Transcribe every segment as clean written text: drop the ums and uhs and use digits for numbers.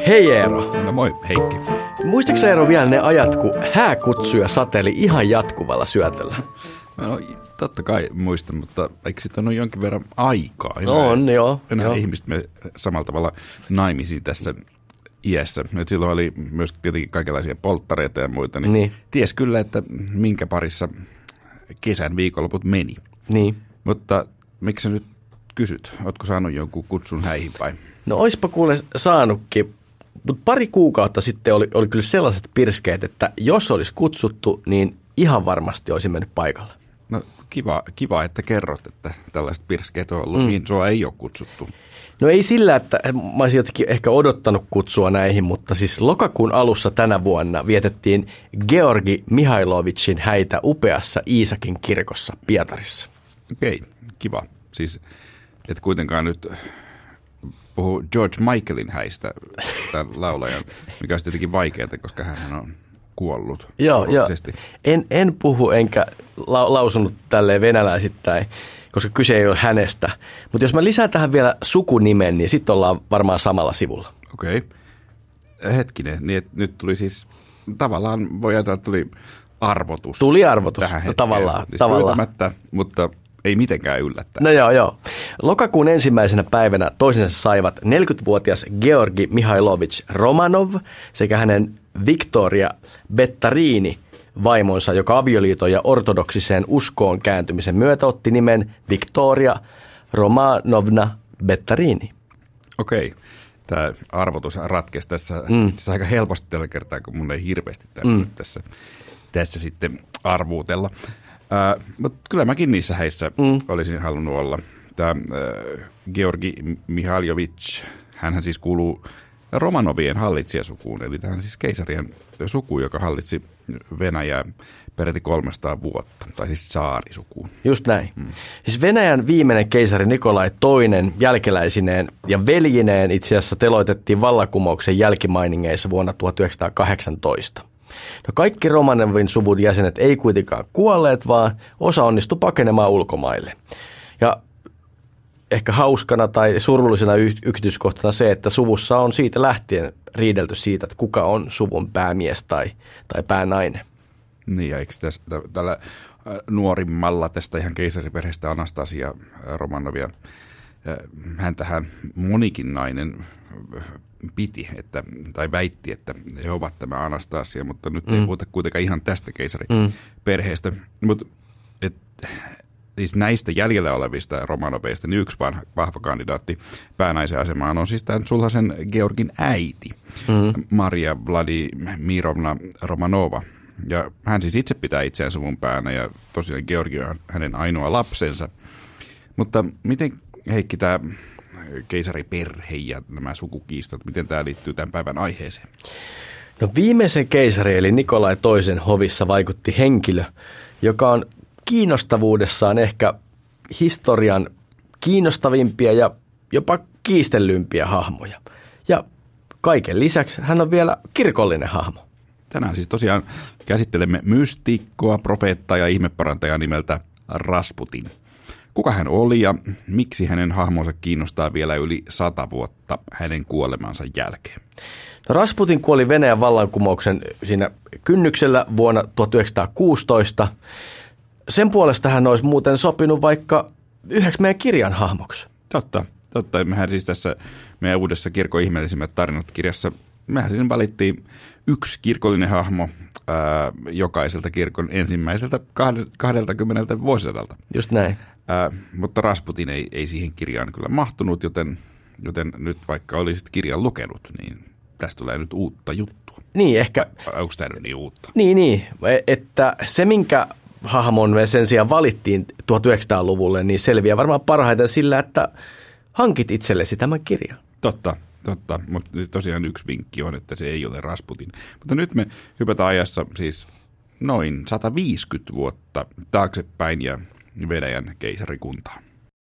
Hei Eero. No moi Heikki. Muistatko sä Eero vielä ne ajat, kun hääkutsuja sateli ihan jatkuvalla syötöllä? No totta kai muistan, mutta eikö sitten ole jonkin verran aikaa? On, joo. Enää ihmiset me samalla tavalla naimisiin tässä iässä. Et silloin oli myös tietenkin kaikenlaisia polttareita ja muita, niin ties kyllä, että minkä parissa kesän viikonloput meni. Niin. Mutta miksi sä nyt kysyt? Ootko saanut jonkun kutsun häihin päin? No oispa kuule saanutkin, mutta pari kuukautta sitten oli kyllä sellaiset pirskeet, että jos olisi kutsuttu, niin ihan varmasti olisi mennyt paikalle. No kiva, että kerrot, että tällaiset pirskeet on ollut, mihin sua ei ole kutsuttu. No ei sillä, että mä olisin jotenkin ehkä odottanut kutsua näihin, mutta siis lokakuun alussa tänä vuonna vietettiin Georgi Mihailovicin häitä upeassa Iisakin kirkossa Pietarissa. Okei, kiva. Siis et kuitenkaan nyt puhu George Michaelin häistä, tämän laulajan, mikä on tietenkin vaikeaa, koska hän on kuollut. Joo. En puhu enkä lausunut tälleen venäläisittäin, koska kyse ei ole hänestä. Mutta jos mä lisään tähän vielä sukunimen, niin sitten ollaan varmaan samalla sivulla. Okei. Hetkinen, niin nyt tuli siis, tavallaan voi ajatella, että tuli arvotus. Tuli arvotus, tähän hetkeen. tavallaan. Mutta ei mitenkään yllättää. No joo. Lokakuun ensimmäisenä päivänä toisensa saivat 40-vuotias Georgi Mihailovic Romanov sekä hänen Victoria Bettarini vaimonsa, joka avioliiton ja ortodoksiseen uskoon kääntymisen myötä otti nimen Victoria Romanovna Bettarini. Okei. Tämä arvotus ratkesi tässä aika helposti tällä kertaa, kun mun ei hirveästi tässä sitten arvuutella. Mutta kyllä mäkin niissä häissä olisin halunnut olla. Tämä Georgi Mihailovic, hänhän siis kuuluu Romanovien hallitsijasukuun, eli tähän siis keisarien suku, joka hallitsi Venäjää peräti 300 vuotta, tai siis tsaarisukuun. Just näin. Siis Venäjän viimeinen keisari Nikolai II jälkeläisineen ja veljineen itse asiassa teloitettiin vallankumouksen jälkimainingeissa vuonna 1918. No kaikki Romanovin suvun jäsenet ei kuitenkaan kuolleet, vaan osa onnistui pakenemaan ulkomaille. Ja ehkä hauskana tai surullisena yksityiskohtana se, että suvussa on siitä lähtien riidelty siitä, että kuka on suvun päämies tai päänainen. Niin, ja eikö tällä nuorimmalla tästä ihan keisariperheestä Anastasia Romanovia, häntähän monikin nainen piti, tai väitti, että he ovat tämä Anastasia, mutta nyt ei puhuta kuitenkaan ihan tästä keisariperheestä. Mutta siis näistä jäljellä olevista Romanoveista, niin yksi vahva kandidaatti päänaisen asemaan on siis tämän sulhasen Georgin äiti, Maria Vladimirovna Romanova. Ja hän siis itse pitää itseään suvun päänä ja tosiaan Georgi on hänen ainoa lapsensa. Mutta miten Heikki tämä keisariperhe ja nämä sukukiistat, miten tämä liittyy tämän päivän aiheeseen? No viimeisen keisari eli Nikolai II hovissa vaikutti henkilö, joka on kiinnostavuudessaan ehkä historian kiinnostavimpia ja jopa kiistellympiä hahmoja. Ja kaiken lisäksi hän on vielä kirkollinen hahmo. Tänään siis tosiaan käsittelemme mystiikkoa, profeettaa ja ihmeparantajaa nimeltä Rasputin. Kuka hän oli ja miksi hänen hahmonsa kiinnostaa vielä yli 100 vuotta hänen kuolemansa jälkeen? No Rasputin kuoli Venäjän vallankumouksen siinä kynnyksellä vuonna 1916. Sen puolesta hän olisi muuten sopinut vaikka yhdeksi meidän kirjan hahmoksi. Totta. Mehän siis tässä meidän uudessa Kirkon ihmeellisimmät tarinat -kirjassa, mehän siinä valittiin yksi kirkollinen hahmo jokaiselta kirkon ensimmäiseltä 20 vuosisadalta. Just näin. Mutta Rasputin ei siihen kirjaan kyllä mahtunut, joten nyt vaikka olisit kirjan lukenut, niin tästä tulee nyt uutta juttua. Niin, ehkä. Onko tämä nyt niin uutta? Niin, että se minkä hahmon me sen sijaan valittiin 1900-luvulle, niin selviää varmaan parhaiten sillä, että hankit itsellesi tämän kirjan. Totta, mutta tosiaan yksi vinkki on, että se ei ole Rasputin. Mutta nyt me hypätään ajassa siis noin 150 vuotta taaksepäin ja Venäjän keisarikuntaan.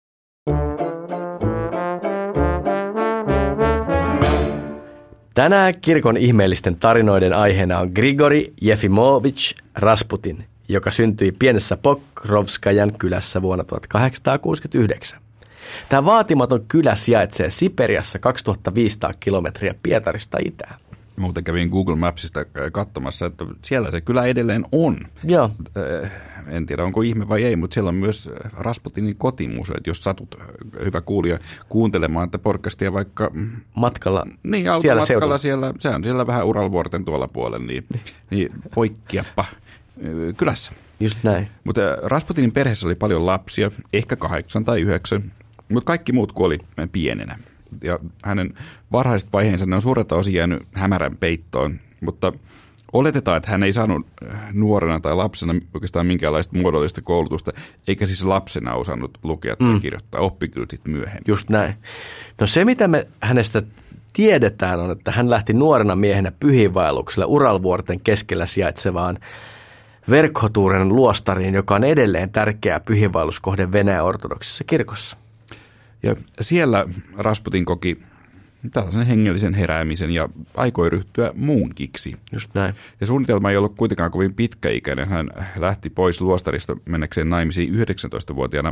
Tänään kirkon ihmeellisten tarinoiden aiheena on Grigori Jefimovich Rasputin, joka syntyi pienessä Pokrovskajan kylässä vuonna 1869. Tämä vaatimaton kylä sijaitsee Siperiassa 2500 kilometriä Pietarista itään. Muuten kävin Google Mapsista katsomassa, että siellä se kyllä edelleen on. Joo. En tiedä, onko ihme vai ei, mutta siellä on myös Rasputinin kotimuseo, että jos satut, hyvä kuulija, kuuntelemaan että podcastia vaikka matkalla, niin, automatkalla siellä, se on siellä vähän Uralvuorten tuolla puolella, niin poikkiappa kylässä. Just näin. Mutta Rasputinin perheessä oli paljon lapsia, ehkä 8 tai 9, mutta kaikki muut kuoli pienenä. Ja hänen varhaiset vaiheensa ne on suurelta osin jäänyt hämärän peittoon, mutta oletetaan, että hän ei saanut nuorena tai lapsena oikeastaan minkäänlaista muodollista koulutusta, eikä siis lapsena osannut lukea tai kirjoittaa, oppi kyllä sitten myöhemmin. Just näin. No se, mitä me hänestä tiedetään, on, että hän lähti nuorena miehenä pyhiinvaellukselle Uralvuorten keskellä sijaitsevaan Verkhotuuren luostariin, joka on edelleen tärkeä pyhiinvaelluskohde Venäjän ortodoksisessa kirkossa. Ja siellä Rasputin koki tällaisen hengellisen heräämisen ja aikoi ryhtyä munkiksi. Just näin. Ja suunnitelma ei ollut kuitenkaan kovin pitkäikäinen. Hän lähti pois luostarista mennäkseen naimisiin 19-vuotiaana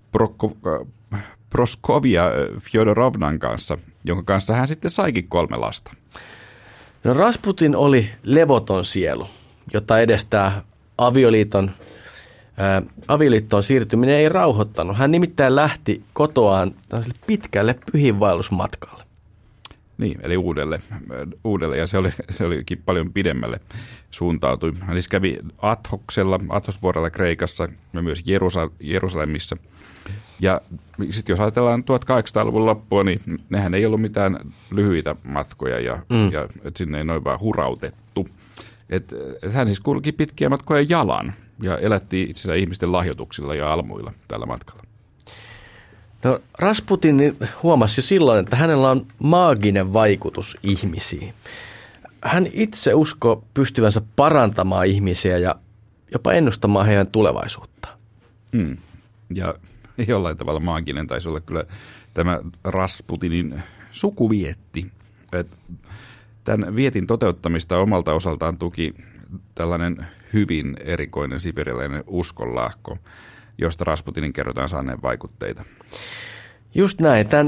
Proskovia Fjodorovnan kanssa, jonka kanssa hän sitten saikin 3 lasta. No Rasputin oli levoton sielu, jota edestää avioliittoon siirtyminen ei rauhoittanut. Hän nimittäin lähti kotoaan pitkälle pyhiinvaellusmatkalle. Niin, eli uudelle ja se olikin paljon pidemmälle suuntautui. Hän siis kävi Athosvuorella Kreikassa ja myös Jerusalemissa. Ja sitten jos ajatellaan 1800-luvun loppua, niin nehän ei ollut mitään lyhyitä matkoja ja et sinne ei noin vaan hurautettu. Et hän siis kulki pitkiä matkoja jalan ja elätti itsensä ihmisten lahjoituksilla ja almuilla tällä matkalla. No Rasputin huomasi jo silloin, että hänellä on maaginen vaikutus ihmisiin. Hän itse uskoi pystyvänsä parantamaan ihmisiä ja jopa ennustamaan heidän tulevaisuuttaan. Ja jollain tavalla maaginen taisi olla kyllä tämä Rasputinin sukuvietti. Tämän vietin toteuttamista omalta osaltaan tuki tällainen hyvin erikoinen siperialainen uskonlahko, josta Rasputinin kerrotaan saaneen vaikutteita. Just näin. Tämän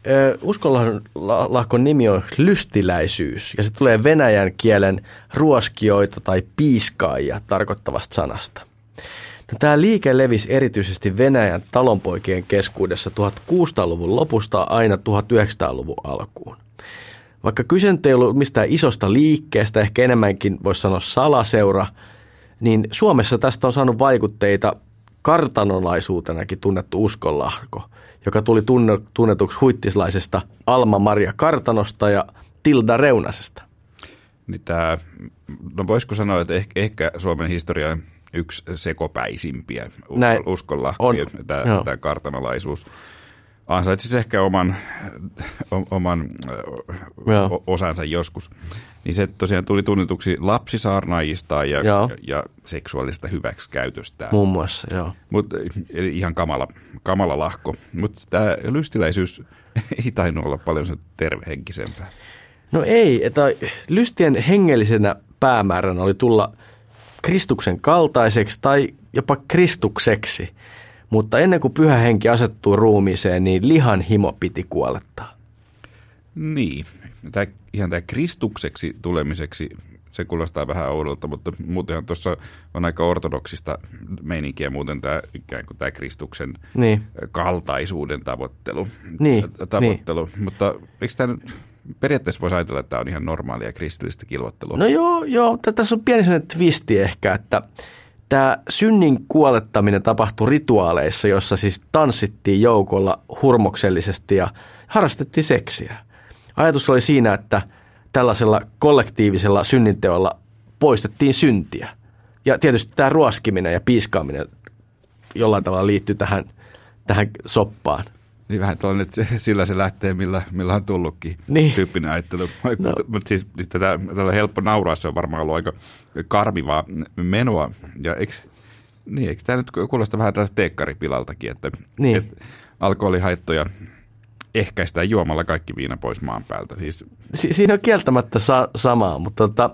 uskonlahkon nimi on lystiläisyys ja se tulee venäjän kielen ruoskijoita tai piiskaajia tarkoittavasta sanasta. No, tämä liike levisi erityisesti Venäjän talonpoikien keskuudessa 1600-luvun lopusta aina 1900-luvun alkuun. Vaikka kyse ei ollut mistään isosta liikkeestä, ehkä enemmänkin voisi sanoa salaseura, niin Suomessa tästä on saanut vaikutteita kartanolaisuutenakin tunnettu uskonlahko, joka tuli tunnetuksi huittislaisesta Alma-Maria Kartanosta ja Tilda Reunasesta. Niin no voisiko sanoa, että ehkä Suomen historian yksi sekopäisimpiä uskonlahkoja, tämä kartanolaisuus. Ansaitsisi ehkä oman osansa joskus. Niin se tosiaan tuli tunnetuksi lapsisaarnaajista ja seksuaalista hyväksikäytöstään. Muun muassa, joo. Mutta ihan kamala lahko. Mutta tämä lystiläisyys ei tainnut olla paljon sen tervehenkisempää. No ei, että lystien hengellisenä päämääränä oli tulla Kristuksen kaltaiseksi tai jopa Kristukseksi. Mutta ennen kuin pyhä henki asettuu ruumiiseen, niin lihan himo piti kuolettaa. Niin, ihan tämä Kristukseksi tulemiseksi, se kuulostaa vähän oudolta, mutta muutenhan tuossa on aika ortodoksista meininkiä muuten tämä ikään kuin tämä Kristuksen kaltaisuuden tavoittelu. Niin. Mutta eikö tämä nyt periaatteessa voisi ajatella, että tämä on ihan normaalia kristillistä kilvottelua? No joo, tässä on pieni sellainen twisti ehkä, että tämä synnin kuolettaminen tapahtui rituaaleissa, jossa siis tanssittiin joukolla hurmoksellisesti ja harrastettiin seksiä. Ajatus oli siinä, että tällaisella kollektiivisella synninteolla poistettiin syntiä. Ja tietysti tämä ruoskiminen ja piiskaaminen jollain tavalla liittyy tähän soppaan. Niin vähän tällainen, että sillä se lähtee, millä on tullutkin tyyppinen ajattelu. No. Mutta siis tällä helppo nauraa, se on varmaan ollut aika karmivaa menoa. Ja eikö tämä nyt kuulosta vähän tällaista teekkaripilaltakin, että alkoholihaittoja ehkäistään juomalla kaikki viina pois maan päältä. Siis. Siinä on kieltämättä samaa, mutta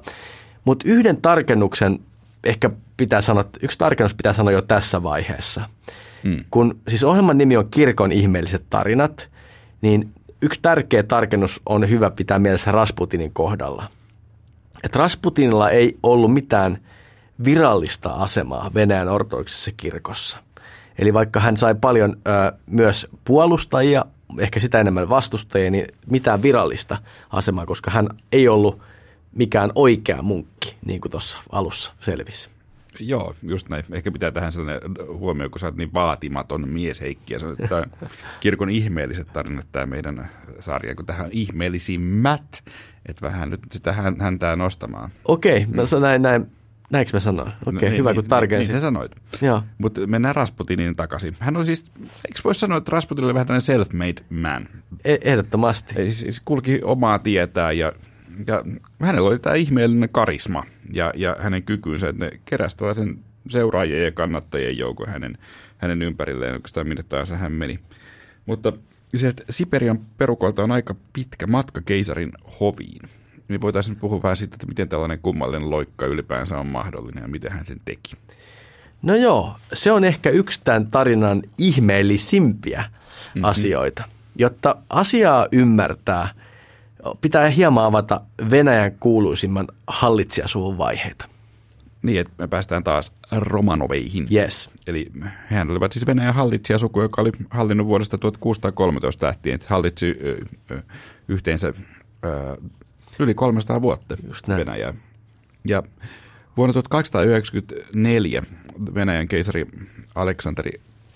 yhden tarkennuksen ehkä pitää sanoa, yksi tarkennus pitää sanoa jo tässä vaiheessa. Kun siis ohjelman nimi on Kirkon ihmeelliset tarinat, niin yksi tärkeä tarkennus on hyvä pitää mielessä Rasputinin kohdalla. Että Rasputinilla ei ollut mitään virallista asemaa Venäjän ortodoksisessa kirkossa. Eli vaikka hän sai paljon myös puolustajia, ehkä sitä enemmän vastustajia, niin mitään virallista asemaa, koska hän ei ollut mikään oikea munkki, niin kuin tuossa alussa selvisi. Joo, just näin. Ehkä pitää tähän sellainen huomioon, kun sä oot niin vaatimaton mies, Heikki, ja sanoit, että Kirkon ihmeelliset tarinat, tämä meidän sarja, kun tähän on ihmeellisimmät, että vähän nyt sitä häntää nostamaan. Okei, näinkö mä sanoin? Okei, hyvä kun tarkensit. Niin sä sanoit. Joo. Mutta mennään Rasputiniin takaisin. Hän on siis, eikö voi sanoa, että Rasputin oli vähän tällainen self-made man? Ehdottomasti. Siis kulki omaa tietään ja hänellä oli tämä ihmeellinen karisma ja hänen kykynsä, että ne keräsi tällaisen seuraajien ja kannattajien joukon hänen ympärilleen, oikeastaan minne tahansa hän meni. Mutta sieltä Siperian perukolta on aika pitkä matka keisarin hoviin. Niin voitaisiin puhua vähän siitä, että miten tällainen kummallinen loikka ylipäänsä on mahdollinen ja miten hän sen teki. No joo, se on ehkä yksi tämän tarinan ihmeellisimpiä asioita. Jotta asiaa ymmärtää, pitää hieman avata Venäjän kuuluisimman hallitsijasuvun vaiheita. Niin, että me päästään taas Romanoveihin. Yes. Eli hän olivat siis Venäjän hallitsijasuku, joka oli hallinnut vuodesta 1613 lähtien, että hallitsi yhteensä yli 300 vuotta Venäjää. Ja vuonna 1294 Venäjän keisari Aleksanteri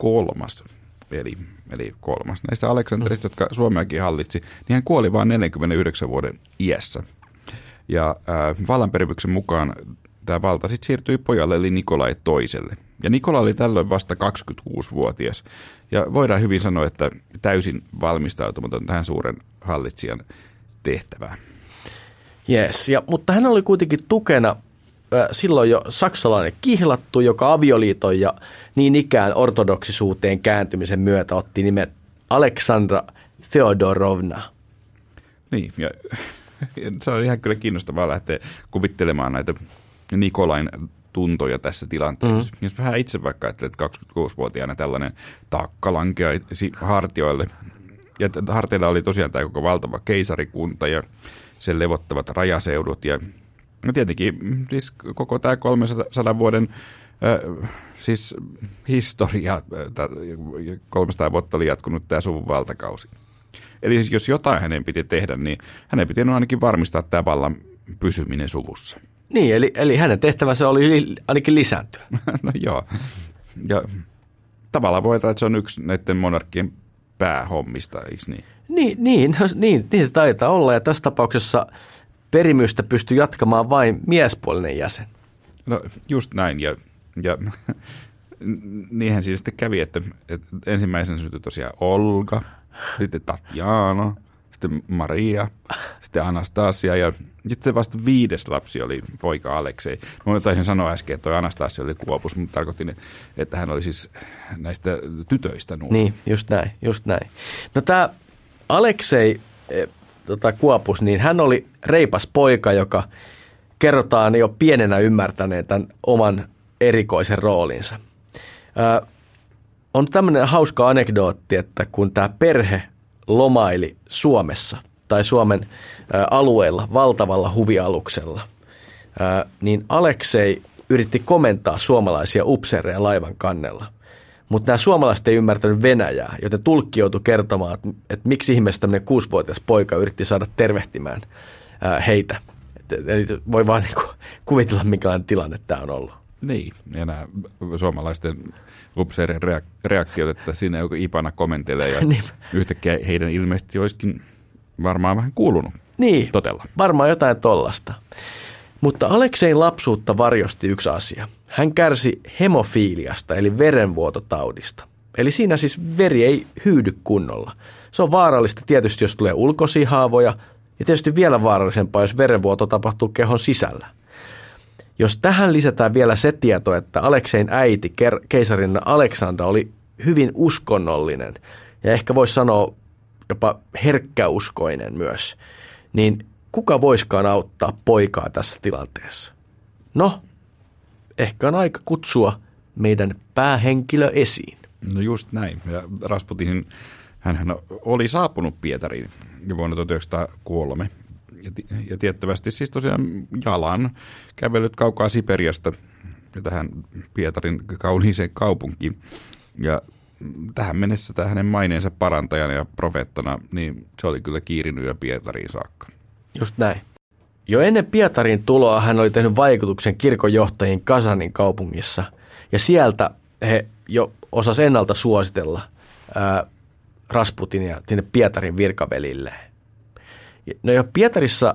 III, eli kolmas näistä Aleksanterista, jotka Suomeakin hallitsi, niin hän kuoli vain 49 vuoden iässä. Ja vallanperimyksen mukaan tämä valta sitten siirtyi pojalle, eli Nikolai toiselle. Ja Nikolai oli tällöin vasta 26-vuotias. Ja voidaan hyvin sanoa, että täysin valmistautumaton tähän suuren hallitsijan tehtävään. Yes, mutta hän oli kuitenkin tukena silloin jo saksalainen kihlattu, joka avioliiton ja niin ikään ortodoksisuuteen kääntymisen myötä otti nimet Aleksandra Feodorovna. Niin, ja se on ihan kyllä kiinnostavaa lähteä kuvittelemaan näitä Nikolain tuntoja tässä tilanteessa. Jos vähän itse vaikka ajattelet, että 26-vuotiaana tällainen taakka lankeaisi hartioille. Ja harteilla oli tosiaan tämä koko valtava keisarikunta ja sen levottavat rajaseudut ja tietenkin siis koko tämä 300 vuoden siis historia, 300 vuotta oli jatkunut tämä suvun valtakausi. Eli jos jotain hänen piti tehdä, niin hänen piti ainakin varmistaa tämä vallan pysyminen suvussa. Niin, eli hänen tehtävänsä oli ainakin lisääntyä. No joo. Ja tavallaan voi että se on yksi näiden monarkkien päähommista, eikö niin? Niin se taitaa olla, ja tässä tapauksessa perimystä pystyy jatkamaan vain miespuolinen jäsen. No just näin, ja niinhän siis sitten kävi, että ensimmäisenä syntyi tosiaan Olga, sitten Tatjana, sitten Maria, sitten Anastasia ja sitten vasta 5. lapsi oli poika Aleksei. Mä taisin sanoa äsken, että toi Anastasia oli kuopus, mutta tarkoitin, että hän oli siis näistä tytöistä nuori. Niin, just näin. No tämä Aleksei kuopus, niin hän oli reipas poika, joka kerrotaan jo pienenä ymmärtäneen tämän oman erikoisen roolinsa. On tämmöinen hauska anekdootti, että kun tämä perhe lomaili Suomessa tai Suomen alueella valtavalla huvialuksella, niin Aleksei yritti komentaa suomalaisia upseereja laivan kannella. Mutta nämä suomalaiset ei ymmärtänyt venäjää, joten tulkki joutui kertomaan, että miksi ihmeessä tämmöinen 6-vuotias poika yritti saada tervehtimään heitä. Eli voi vaan kuvitella, minkälainen tilanne tämä on ollut. Niin, ja nämä suomalaisten upseerien reaktiot, että siinä joku Ipana komentelee ja niin. Yhtäkkiä heidän ilmeisesti olisikin varmaan vähän kuulunut totella. Varmaan jotain tollasta. Mutta Aleksein lapsuutta varjosti yksi asia. Hän kärsi hemofiiliasta eli verenvuototaudista. Eli siinä siis veri ei hyydy kunnolla. Se on vaarallista tietysti, jos tulee ulkoisia haavoja ja tietysti vielä vaarallisempaa, jos verenvuoto tapahtuu kehon sisällä. Jos tähän lisätään vielä se tieto, että Aleksein äiti, keisarinna Aleksandra, oli hyvin uskonnollinen ja ehkä voisi sanoa jopa herkkäuskoinen myös, niin kuka voiskaan auttaa poikaa tässä tilanteessa? No, ehkä on aika kutsua meidän päähenkilö esiin. No just näin. Ja Rasputin, hänhän oli saapunut Pietariin jo vuonna 1903. Ja tiettävästi siis tosiaan jalan kävellyt kaukaa Siperiasta tähän Pietarin kauniiseen kaupunkiin. Ja tähän mennessä tämä hänen maineensa parantajana ja profeettana, niin se oli kyllä kiirinyt jo Pietariin saakka. Just näin. Jo ennen Pietarin tuloa hän oli tehnyt vaikutuksen kirkonjohtajiin Kasanin kaupungissa. Ja sieltä he jo osasivat ennalta suositella Rasputinia sinne Pietarin virkavelilleen. No jo Pietarissa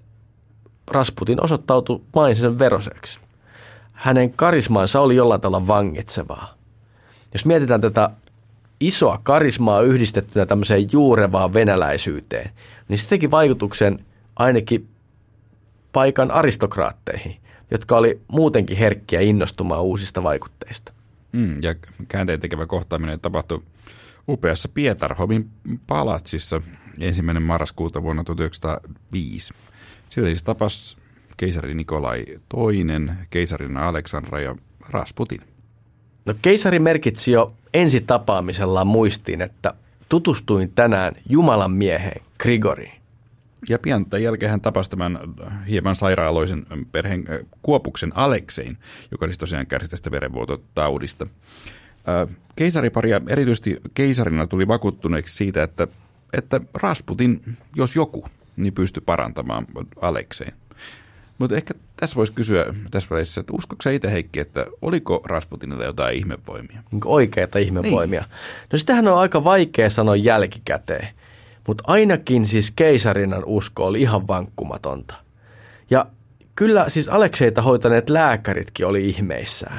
Rasputin osoittautui mainisen veroseksi. Hänen karismaansa oli jollain tavalla vangitsevaa. Jos mietitään tätä isoa karismaa yhdistettynä tämmöiseen juurevaan venäläisyyteen, niin se teki vaikutuksen ainakin paikan aristokraatteihin, jotka oli muutenkin herkkiä innostumaan uusista vaikutteista. Ja käänteentekevä kohtaaminen tapahtui upeassa Pietarhovin palatsissa 1. marraskuuta vuonna 1905. Sillä siis tapasi keisari Nikolai II, keisarina Aleksandra ja Rasputin. No keisari merkitsi jo ensi tapaamisellaan muistiin, että tutustuin tänään Jumalan mieheen Grigoriin. Ja pian tämän jälkeen hän tapasi tämän hieman sairaaloisen perheen Kuopuksen Aleksein, joka siis tosiaan kärsi tästä verenvuototaudista. Keisariparia erityisesti keisarina tuli vakuuttuneeksi siitä, että Rasputin, jos joku, niin pystyi parantamaan Aleksein. Mutta ehkä tässä voisi kysyä tässä välissä, että uskotko sä itse, Heikki, että oliko Rasputinilla jotain ihmevoimia? Oikeita ihmevoimia. Niin. No sitähän on aika vaikea sanoa jälkikäteen, mutta ainakin siis keisarinan usko oli ihan vankkumatonta. Ja kyllä siis Alekseita hoitaneet lääkäritkin oli ihmeissään.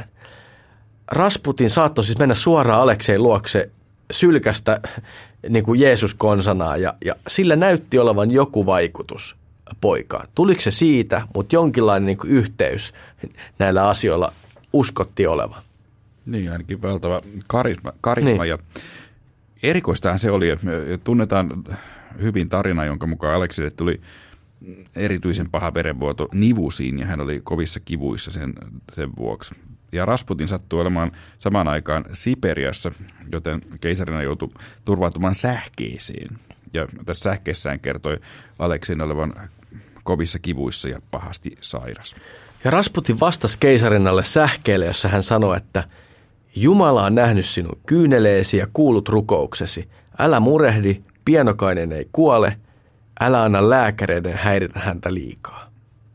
Rasputin saattoi siis mennä suoraan Aleksein luokse sylkästä niin kuin Jeesus konsanaa ja sillä näytti olevan joku vaikutus poikaan. Tuliko se siitä, mutta jonkinlainen niin kuin yhteys näillä asioilla uskottiin olevan. Niin, ainakin valtava karisma niin. Ja erikoistahan se oli, tunnetaan hyvin tarina, jonka mukaan Aleksille tuli erityisen paha verenvuoto nivusiin ja hän oli kovissa kivuissa sen vuoksi. Ja Rasputin sattui olemaan samaan aikaan Siperiassa, joten keisarina joutui turvautumaan sähkeeseen. Ja tässä sähkeessään kertoi Aleksin olevan kovissa kivuissa ja pahasti sairas. Ja Rasputin vastasi keisarinalle sähkeelle, jossa hän sanoi, että Jumala on nähnyt sinun kyyneleesi ja kuullut rukouksesi. Älä murehdi, pienokainen ei kuole, älä anna lääkäreiden häiritä häntä liikaa.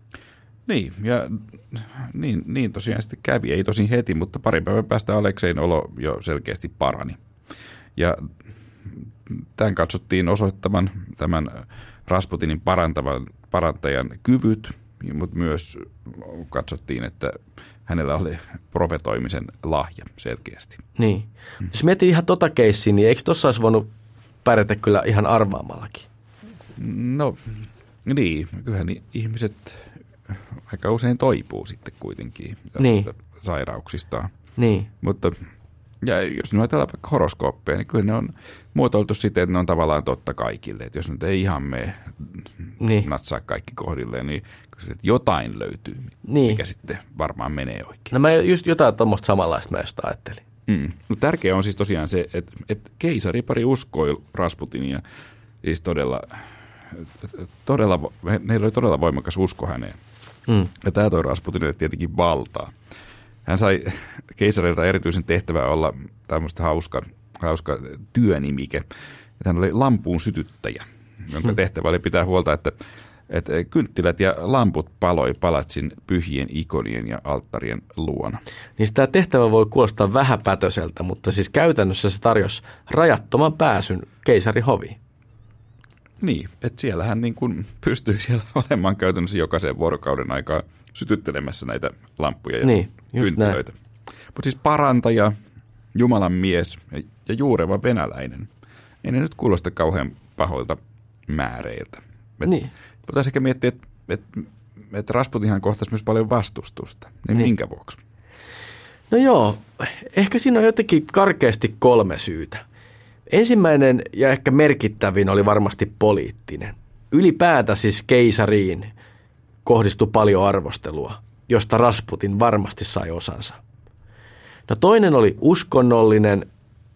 Niin, ja niin tosiaan sitten kävi. Ei tosin heti, mutta pari päivän päästä Aleksein olo jo selkeästi parani. Ja tämän katsottiin osoittavan tämän Rasputinin parantajan kyvyt, mutta myös katsottiin, että hänellä oli profetoimisen lahja selkeästi. Niin. Jos miettii ihan tota keissiä, niin eikö tuossa olisi voinut pärjätä kyllä ihan arvaamallakin? No niin, kyllähän ihmiset aika usein toipuu sitten kuitenkin sairauksistaan. Niin. Mutta ja jos nyt ajatellaan vaikka horoskooppeja, niin kyllä ne on muotoiltu siten, että ne on tavallaan totta kaikille. Että jos nyt ei ihan mene natsaa kaikki kohdilleen, niin kyllä jotain löytyy, mikä sitten varmaan menee oikein. No mä just jotain tuommoista samanlaista mä just ajattelin. No, tärkeää on siis tosiaan se, että keisaripari uskoi Rasputinia, siis heillä oli todella voimakas usko häneen. Ja tämä toi Rasputinille tietenkin valtaa. Hän sai keisarilta erityisen tehtävää olla tämmöistä hauska työnimike. Että hän oli lampuun sytyttäjä, jonka tehtävä oli pitää huolta, että kynttilät ja lamput paloi palatsin pyhien ikonien ja alttarien luona. Niin tämä tehtävä voi kuulostaa vähäpätöseltä, mutta siis käytännössä se tarjosi rajattoman pääsyn keisarihoviin. Niin, että siellä hän niin kuin pystyi siellä olemaan käytännössä jokaisen vuorokauden aikaa sytyttelemässä näitä lamppuja ja kynttilöitä. Mutta siis parantaja, Jumalan mies ja juureva venäläinen. Ei ne nyt kuulosta kauhean pahoilta määreiltä. Niin. Voitaisiin ehkä miettiä, että Rasputinhan kohtasi myös paljon vastustusta. Niin minkä vuoksi? No joo, ehkä siinä on jotenkin karkeasti 3 syytä. Ensimmäinen ja ehkä merkittävin oli varmasti poliittinen. Ylipäätä siis keisariin kohdistui paljon arvostelua, josta Rasputin varmasti sai osansa. No toinen oli uskonnollinen,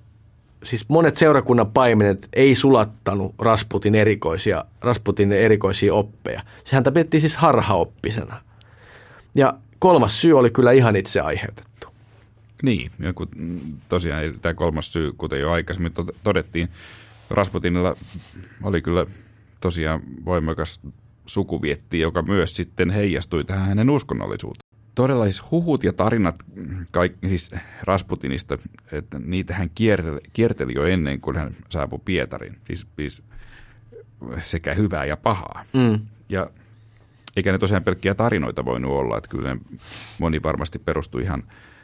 siis monet seurakunnan paimenet ei sulattanut Rasputin erikoisia oppeja. Häntä pidettiin siis harhaoppisena. Ja kolmas syy oli kyllä ihan itse aiheutettu. Niin, ja tosiaan tämä kolmas syy, kuten jo aikaisemmin todettiin, Rasputinilla oli kyllä tosiaan voimakas sukuvietti, joka myös sitten heijastui tähän hänen uskonnollisuuteen. Todella siis huhut ja tarinat siis Rasputinista, että niitä hän kierteli jo ennen kuin hän saapui Pietariin, siis sekä hyvää ja pahaa. Ja eikä ne tosiaan pelkkiä tarinoita voinut olla, että kyllä moni varmasti perustui ihan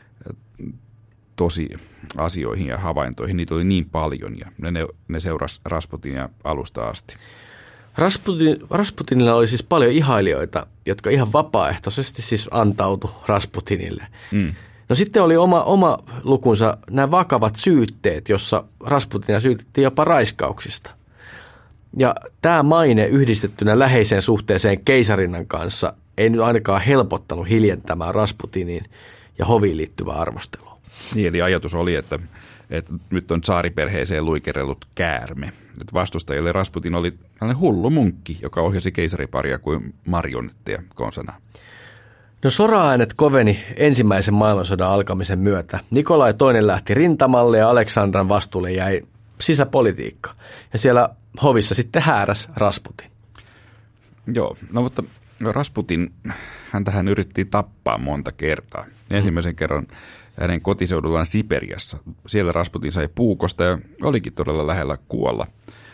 tosi asioihin ja havaintoihin. Niitä oli niin paljon ja ne seurasi Rasputinia alusta asti. Rasputinilla oli siis paljon ihailijoita, jotka ihan vapaaehtoisesti siis antautu Rasputinille. No sitten oli oma lukunsa nämä vakavat syytteet, jossa Rasputinia syytettiin jopa raiskauksista. Ja tämä maine yhdistettynä läheiseen suhteeseen keisarinnan kanssa ei nyt ainakaan helpottanut hiljentämään Rasputinin ja hoviin liittyvää arvostelua. Niin, eli ajatus oli, että nyt on tsaariperheeseen luikerellut käärme. Että vastustajille Rasputin oli tällainen hullu munkki, joka ohjasi keisariparia kuin marionetteja konsana. No soraäänet koveni ensimmäisen maailmansodan alkamisen myötä. Nikolai II lähti rintamalle ja Aleksandran vastuulle jäi sisäpolitiikka. Ja siellä hovissa sitten hääräs Rasputin. Joo, no mutta Rasputin, häntähän yritti tappaa monta kertaa. Ensimmäisen kerran hänen kotiseudullaan Siperiassa. Siellä Rasputin sai puukosta ja olikin todella lähellä kuolla.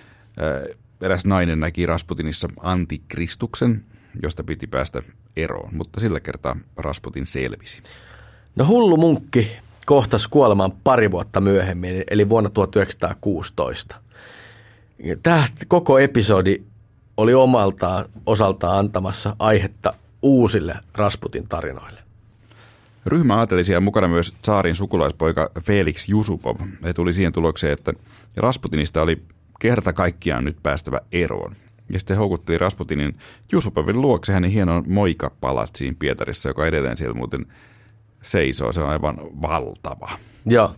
Eräs nainen näki Rasputinissa antikristuksen, josta piti päästä eroon, mutta sillä kertaa Rasputin selvisi. No hullu munkki kohtasi kuolemaan pari vuotta myöhemmin, eli vuonna 1916. Tämä koko episodi oli osaltaan antamassa aihetta uusille Rasputin tarinoille. Ryhmä aatelisia mukana myös tsaarin sukulaispoika Felix Jusupov. He tuli siihen tulokseen, että Rasputinista oli kerta kaikkiaan nyt päästävä eroon. Ja sitten houkutteli Rasputinin Jusupovin luokse hänen hienon moikapalatsiin Pietarissa, joka edelleen siellä muuten seisoo. Se on aivan valtava. Joo.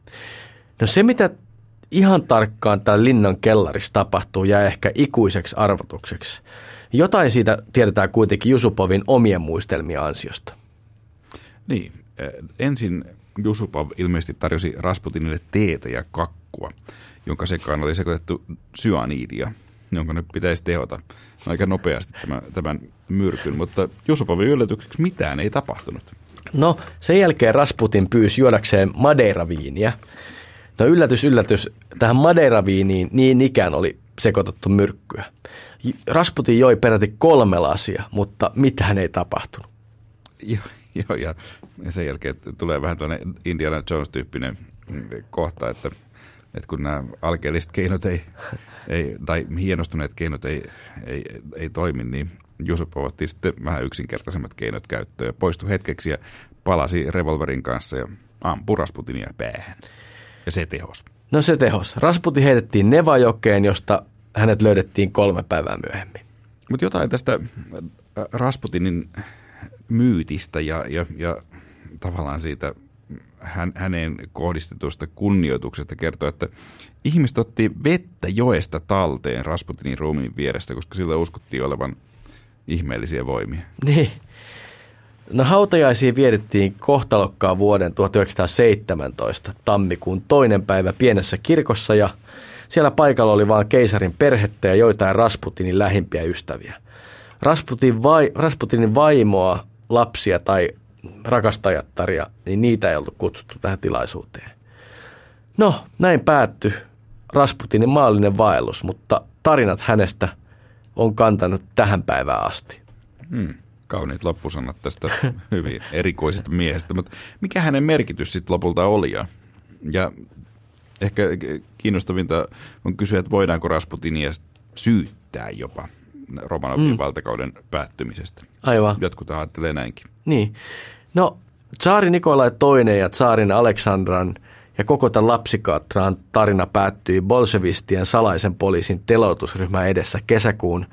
No se, mitä ihan tarkkaan tämän linnan kellarissa tapahtuu, jää ehkä ikuiseksi arvotukseksi. Jotain siitä tiedetään kuitenkin Jusupovin omien muistelmien ansiosta. Niin, ensin Jusupov ilmeisesti tarjosi Rasputinille teetä ja kakkua, jonka sekaan oli sekoitettu syaniidia, jonka nyt pitäisi tehota aika nopeasti tämän myrkyn, mutta Jusupovin yllätykseksi mitään ei tapahtunut. No, sen jälkeen Rasputin pyysi juodakseen madeiraviiniä. No yllätys, tähän madeiraviiniin niin ikään oli sekoitettu myrkkyä. Rasputin joi peräti 3 lasia, mutta mitään ei tapahtunut. Joo, ja sen jälkeen tulee vähän tällainen Indiana Jones-tyyppinen kohta, että kun nämä alkeelliset keinot tai hienostuneet keinot ei toimi, niin Jusupov otti sitten vähän yksinkertaisemmat keinot käyttöön ja poistui hetkeksi ja palasi revolverin kanssa ja ampui Rasputinia päähän. Ja se tehosi. No se tehosi. Rasputin heitettiin Nevajokeen, josta hänet löydettiin 3 päivää myöhemmin. Mutta jotain tästä Rasputinin myytistä ja tavallaan siitä hänen kohdistetusta kunnioituksesta kertoo, että ihmiset otti vettä joesta talteen Rasputinin ruumiin vierestä, koska sillä uskottiin olevan ihmeellisiä voimia. Niin. No hautajaisia vietettiin kohtalokkaan vuoden 1917 tammikuun 2. päivä pienessä kirkossa ja siellä paikalla oli vain keisarin perhettä ja joitain Rasputinin lähimpiä ystäviä. Rasputinin vaimoa, lapsia tai rakastajattaria, niin niitä ei ollut kutsuttu tähän tilaisuuteen. No, näin päättyi Rasputinin maallinen vaellus, mutta tarinat hänestä on kantanut tähän päivään asti. Kauniit loppusanat tästä hyvin erikoisesta miehestä, mutta mikä hänen merkitys sitten lopulta oli? Ja ehkä kiinnostavinta on kysyä, että voidaanko Rasputinia syyttää jopa Romanovin valtakauden päättymisestä. Aivan. Jotkut ajattelee näinkin. Niin. No, tsaari Nikolai II ja tsaarin Aleksandran ja koko tämän lapsikatran tarina päättyi bolshevistien salaisen poliisin teloitusryhmän edessä kesäkuun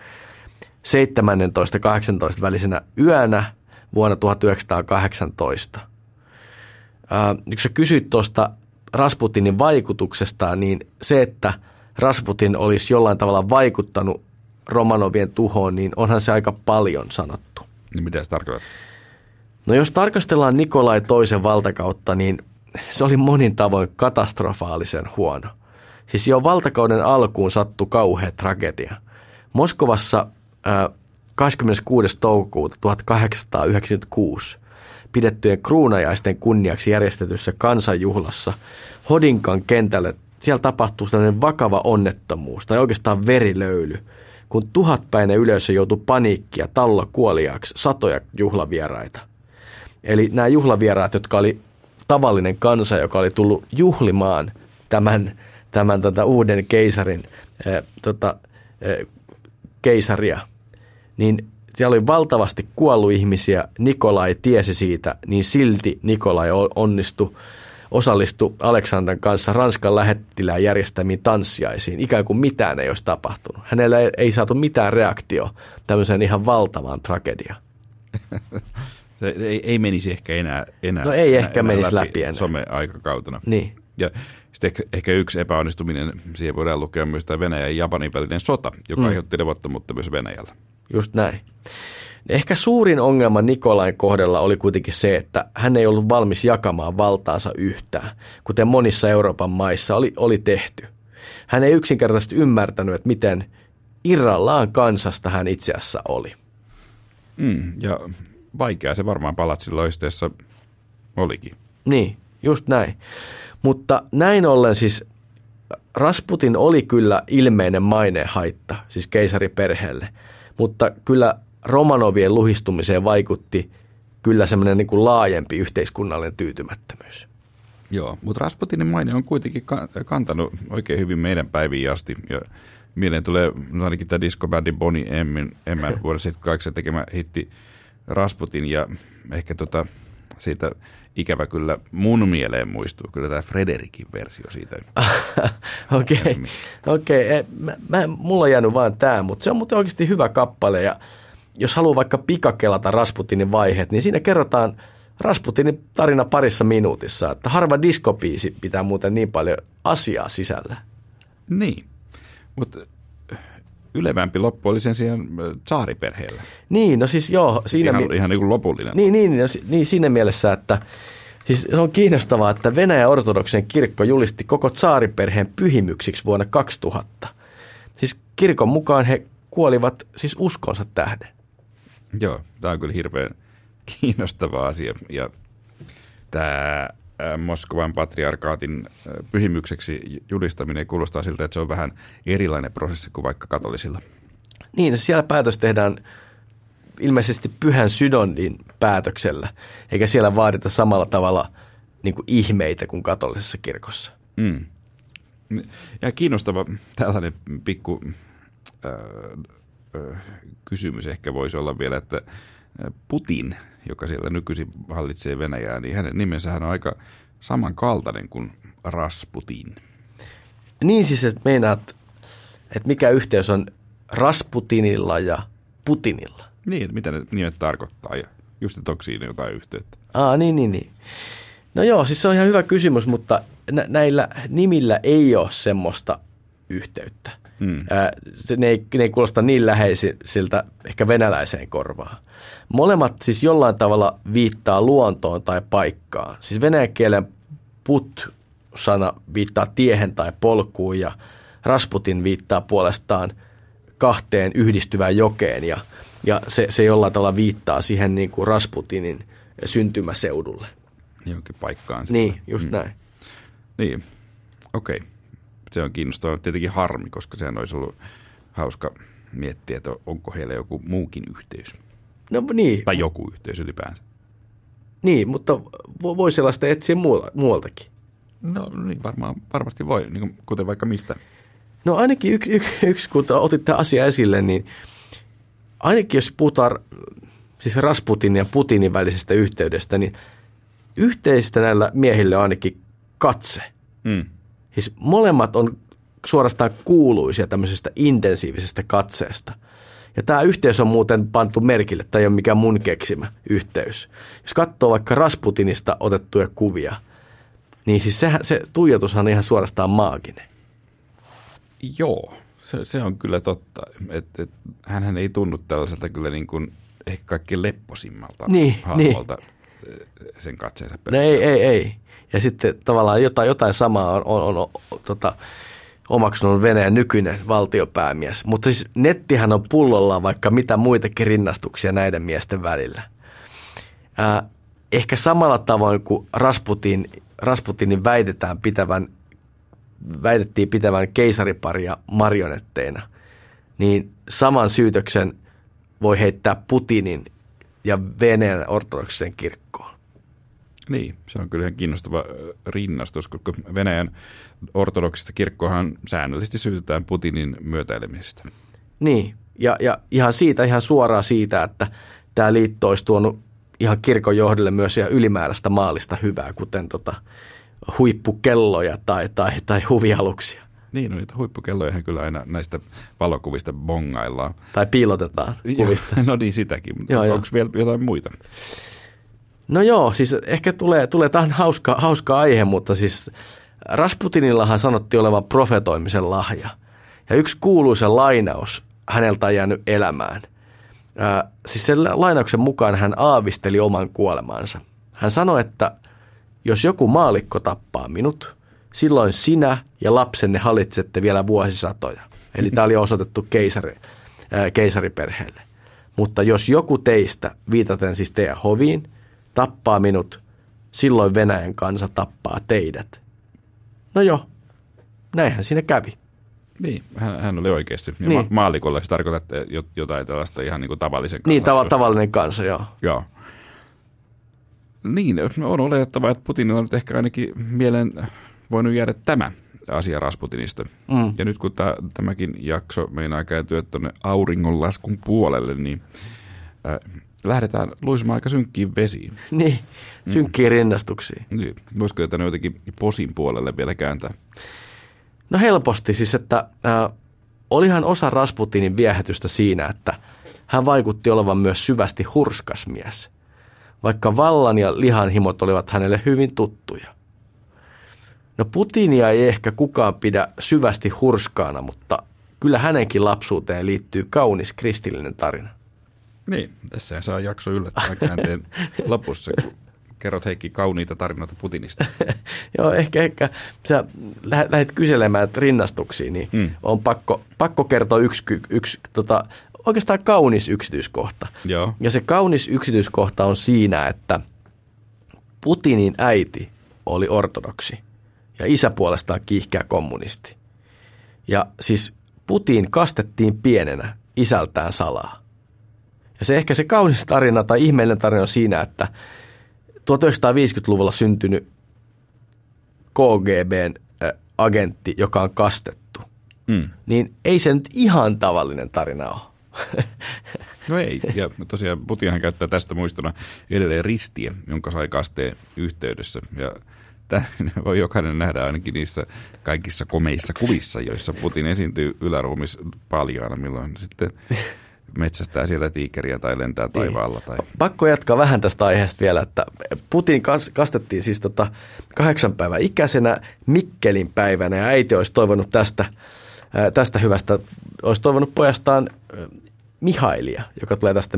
17-18 välisenä yönä vuonna 1918. Kun sä kysyt tuosta Rasputinin vaikutuksesta, niin se, että Rasputin olisi jollain tavalla vaikuttanut Romanovien tuhoon, niin onhan se aika paljon sanottu. Niin mitä se tarkoittaa? No jos tarkastellaan Nikolai toisen valtakautta, niin se oli monin tavoin katastrofaalisen huono. Siis jo valtakauden alkuun sattui kauhea tragedia. Moskovassa 26. toukokuuta 1896 pidettyjen kruunajaisten kunniaksi järjestetyssä kansanjuhlassa Hodinkan kentälle siellä tapahtui tällainen vakava onnettomuus tai oikeastaan verilöyly, kun 1000-päinen yleisö joutui paniikkia talla kuoliaaksi satoja juhlavieraita. Eli nämä juhlavieraat, jotka oli tavallinen kansa, joka oli tullut juhlimaan tämän uuden keisarin keisaria, niin siellä oli valtavasti kuollut ihmisiä, Nikolai tiesi siitä, niin silti Nikolai osallistui Aleksandrin kanssa Ranskan lähettilään järjestämiin tanssiaisiin, ikään kuin mitään ei olisi tapahtunut. Hänellä ei saatu mitään reaktioa tämmöiseen ihan valtavaan tragediaan. Se ei menisi ehkä enää no ei ehkä menisi läpi enää. Some-aikakautena. Niin. Ja sitten ehkä yksi epäonnistuminen, siihen voidaan lukea myös tämä Venäjän ja Japanin välinen sota, joka aiheutti levottomuutta myös Venäjällä. Just näin. Ehkä suurin ongelma Nikolain kohdalla oli kuitenkin se, että hän ei ollut valmis jakamaan valtaansa yhtään, kuten monissa Euroopan maissa oli tehty. Hän ei yksinkertaisesti ymmärtänyt, että miten irrallaan kansasta hän itse asiassa oli. Ja vaikea se varmaan palatsiloisteessa olikin. Niin, just näin. Mutta näin ollen siis Rasputin oli kyllä ilmeinen mainehaitta, siis keisariperheelle, mutta kyllä Romanovien luhistumiseen vaikutti kyllä semmoinen niin kuin laajempi yhteiskunnallinen tyytymättömyys. Joo, mutta Rasputinin maine on kuitenkin kantanut oikein hyvin meidän päiviin asti. Ja mieleen tulee ainakin tämä disco-bändi Bonnie M vuonna 78 tekemä hitti Rasputin ja ehkä siitä ikävä kyllä mun mieleen muistuu kyllä tämä Frederikin versio siitä. Okei. Mulla on jäänyt vaan tämä, mutta se on muuten oikeasti hyvä kappale ja jos haluaa vaikka pikakelata Rasputinin vaiheet, niin siinä kerrotaan Rasputinin tarina parissa minuutissa, että harva diskopiisi pitää muuten niin paljon asiaa sisällä. Niin, mutta ylevämpi loppu oli sen sijaan tsaariperheellä. Niin, no siis joo. Ihan niin kuin lopullinen. Niin siinä mielessä, että siis se on kiinnostavaa, että Venäjän ortodoksinen kirkko julisti koko tsaariperheen pyhimyksiksi vuonna 2000. Siis kirkon mukaan he kuolivat siis uskonsa tähden. Joo, tämä on kyllä hirveän kiinnostava asia. Ja tämä Moskovan patriarkaatin pyhimykseksi julistaminen kuulostaa siltä, että se on vähän erilainen prosessi kuin vaikka katolisilla. Niin, siellä päätös tehdään ilmeisesti pyhän synodin päätöksellä, eikä siellä vaadita samalla tavalla niin kuin ihmeitä kuin katolisessa kirkossa. Ja kiinnostava tällainen pikku kysymys ehkä voisi olla vielä, että Putin, joka siellä nykyisin hallitsee Venäjää, niin hänen nimensähän on aika samankaltainen kuin Rasputin. Niin siis, että meinaat, että mikä yhteys on Rasputinilla ja Putinilla? Niin, että mitä ne nimet tarkoittaa ja just, että onko siinä jotain yhteyttä? Niin. No joo, siis se on ihan hyvä kysymys, mutta näillä nimillä ei ole semmoista yhteyttä. Ne ei kuulosta niin läheisiltä ehkä venäläiseen korvaan. Molemmat siis jollain tavalla viittaa luontoon tai paikkaan. Siis venäjän kielen put-sana viittaa tiehen tai polkuun ja Rasputin viittaa puolestaan kahteen yhdistyvään jokeen ja se jollain tavalla viittaa siihen niin kuin Rasputinin syntymäseudulle. Johonkin paikkaan. Niin, just näin. Niin, okei. Se on kiinnostavaa. Tietenkin harmi, koska sehän olisi ollut hauska miettiä, että onko heillä joku muukin yhteys. No niin. Tai joku yhteys ylipäänsä. Niin, mutta voi sellaista etsiä muualtakin. No niin, varmasti voi, niin kuten vaikka mistä. No ainakin yksi kun otit tämä asia esille, niin ainakin jos puhutaan siis Rasputinin ja Putinin välisestä yhteydestä, niin yhteistä näillä miehillä on ainakin katse. Siis molemmat on suorastaan kuuluisia tämmöisestä intensiivisestä katseesta. Ja tämä yhteys on muuten pantu merkille, tai ei ole mikään mun keksimä yhteys. Jos katsoo vaikka Rasputinista otettuja kuvia, Niin siis se tuijotushan on ihan suorastaan maaginen. Joo, se on kyllä totta. Hänhän ei tunnu tällaiselta kyllä niin kuin ehkä kaikkein lepposimmalta hahmolta sen katseensa perusteella. Ei. Ja sitten tavallaan jotain samaa on omaksunut Venäjän nykyinen valtiopäämies. Mutta siis nettihän on pullollaan vaikka mitä muitakin rinnastuksia näiden miesten välillä. Ehkä samalla tavoin kuin Rasputinin väitettiin pitävän keisariparia marionetteina, niin saman syytöksen voi heittää Putinin ja Venäjän ortodoksisen kirkkoon. Niin, se on kyllä ihan kiinnostava rinnastus, koska Venäjän ortodoksista kirkkoahan säännöllisesti syytetään Putinin myötäilemisestä. Niin, ja ihan suoraan siitä, että tämä liitto olisi tuonut ihan kirkon johdolle myös ihan ylimääräistä maallista hyvää, kuten huippukelloja tai huvialuksia. Niin, no niitä huippukelloja kyllä aina näistä valokuvista bongaillaan. Tai piilotetaan kuvista. No niin, sitäkin. Onko vielä jotain muita? No joo, siis ehkä tulee tähän hauska aihe, mutta siis Rasputinillahan sanottiin olevan profetoimisen lahja. Ja yksi kuuluisa lainaus häneltä on jäänyt elämään. Siis sen lainauksen mukaan hän aavisteli oman kuolemansa. Hän sanoi, että jos joku maallikko tappaa minut, silloin sinä ja lapsenne hallitsette vielä vuosisatoja. Eli tämä oli osoitettu keisariperheelle. Mutta jos joku teistä, viitaten siis teidän hoviin, tappaa minut, silloin Venäjän kansa tappaa teidät. No joo, näinhän siinä kävi. Niin, hän oli oikeasti. Ja niin. Maallikolla se tarkoittaa jotain tällaista ihan niin kuin tavallisen kanssa. Niin, tavallinen kansa, joo. Joo. Niin, on oletettavaa, että Putinilla on nyt ehkä ainakin mieleen voinut jäädä tämä asia Rasputinista. Ja nyt kun tämäkin jakso meinaa kääntyä tuonne auringonlaskun puolelle, niin lähdetään luisumaan aika synkkiin vesiin. Niin, synkkiin rinnastuksiin. Niin. Voisiko jotain jotenkin posin puolelle vielä kääntää? No helposti siis, että olihan osa Rasputinin viehätystä siinä, että hän vaikutti olevan myös syvästi hurskas mies, vaikka vallan ja lihanhimot olivat hänelle hyvin tuttuja. No Putinia ei ehkä kukaan pidä syvästi hurskaana, mutta kyllä hänenkin lapsuuteen liittyy kaunis kristillinen tarina. Niin, tässä saa jakso yllättävän käänteen lopussa, kun kerrot Heikki kauniita tarinoita Putinista. Joo, ehkä sä lähdet kyselemään rinnastuksia, niin on pakko kertoa yksi oikeastaan kaunis yksityiskohta. Joo. Ja se kaunis yksityiskohta on siinä, että Putinin äiti oli ortodoksi ja isä puolestaan kiihkeä kommunisti. Ja siis Putin kastettiin pienenä isältään salaa. Ja se kaunis tarina tai ihmeellinen tarina on siinä, että 1950-luvulla syntynyt KGB:n agentti, joka on kastettu, niin ei se nyt ihan tavallinen tarina ole. No ei, ja tosiaan Putinhan käyttää tästä muistona edelleen ristiä, jonka sai kasteen yhteydessä, ja voi jokainen nähdä ainakin niissä kaikissa komeissa kuvissa, joissa Putin esiintyy yläruumis paljaana, milloin sitten metsästää siellä tiikeriä tai lentää taivaalla. Tai... Pakko jatkaa vähän tästä aiheesta vielä, että Putin kastettiin siis 8 päivän ikäisenä Mikkelin päivänä ja äiti olisi toivonut tästä hyvästä, olisi toivonut pojastaan Mihailia, joka tulee tästä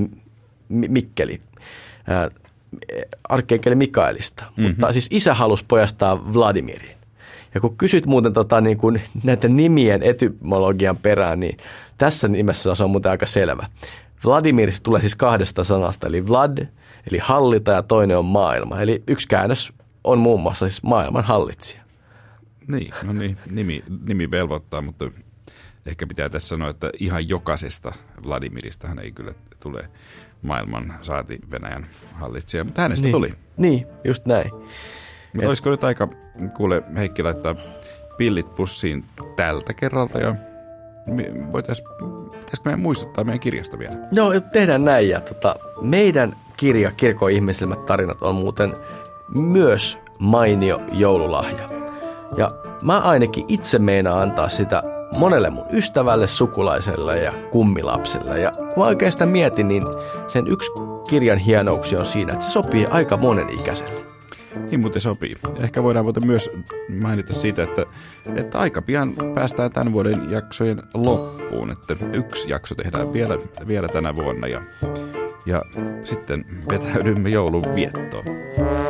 arkkienkkeli Mikaelista. Mutta siis isä halusi pojastaan Vladimirin. Ja kun kysyt muuten niin kuin näiden nimien etymologian perään, niin tässä nimessä se on muuten aika selvä. Vladimir tulee siis 2 sanasta, eli Vlad, eli hallita, ja toinen on maailma. Eli yksi käännös on muun muassa siis maailman hallitsija. Niin, no niin, nimi velvoittaa, mutta ehkä pitää tässä sanoa, että ihan jokaisesta Vladimiristahan ei kyllä tule maailman saati Venäjän hallitsija, mutta hänestä tuli. Niin, just näin. Mutta olisiko nyt aika, kuule Heikki, laittaa pillit pussiin tältä kerralta ja pitäisikö meidän muistuttaa meidän kirjasta vielä? Joo, tehdään näin ja meidän kirja Kirkon ihmeellisemmät tarinat on muuten myös mainio joululahja. Ja mä ainakin itse meinaan antaa sitä monelle mun ystävälle, sukulaiselle ja kummilapselle. Ja kun mä oikein sitä mietin, niin sen yksi kirjan hienouksia on siinä, että se sopii aika monen ikäiselle. Niin muuten sopii. Ehkä voidaan myös mainita siitä, että aika pian päästään tämän vuoden jaksojen loppuun. Että 1 jakso tehdään vielä tänä vuonna ja sitten vetäydymme joulun viettoon.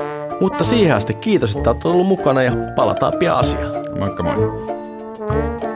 Mutta siihen asti kiitos, että olet ollut mukana ja palataan pian asiaan. Moikka moi.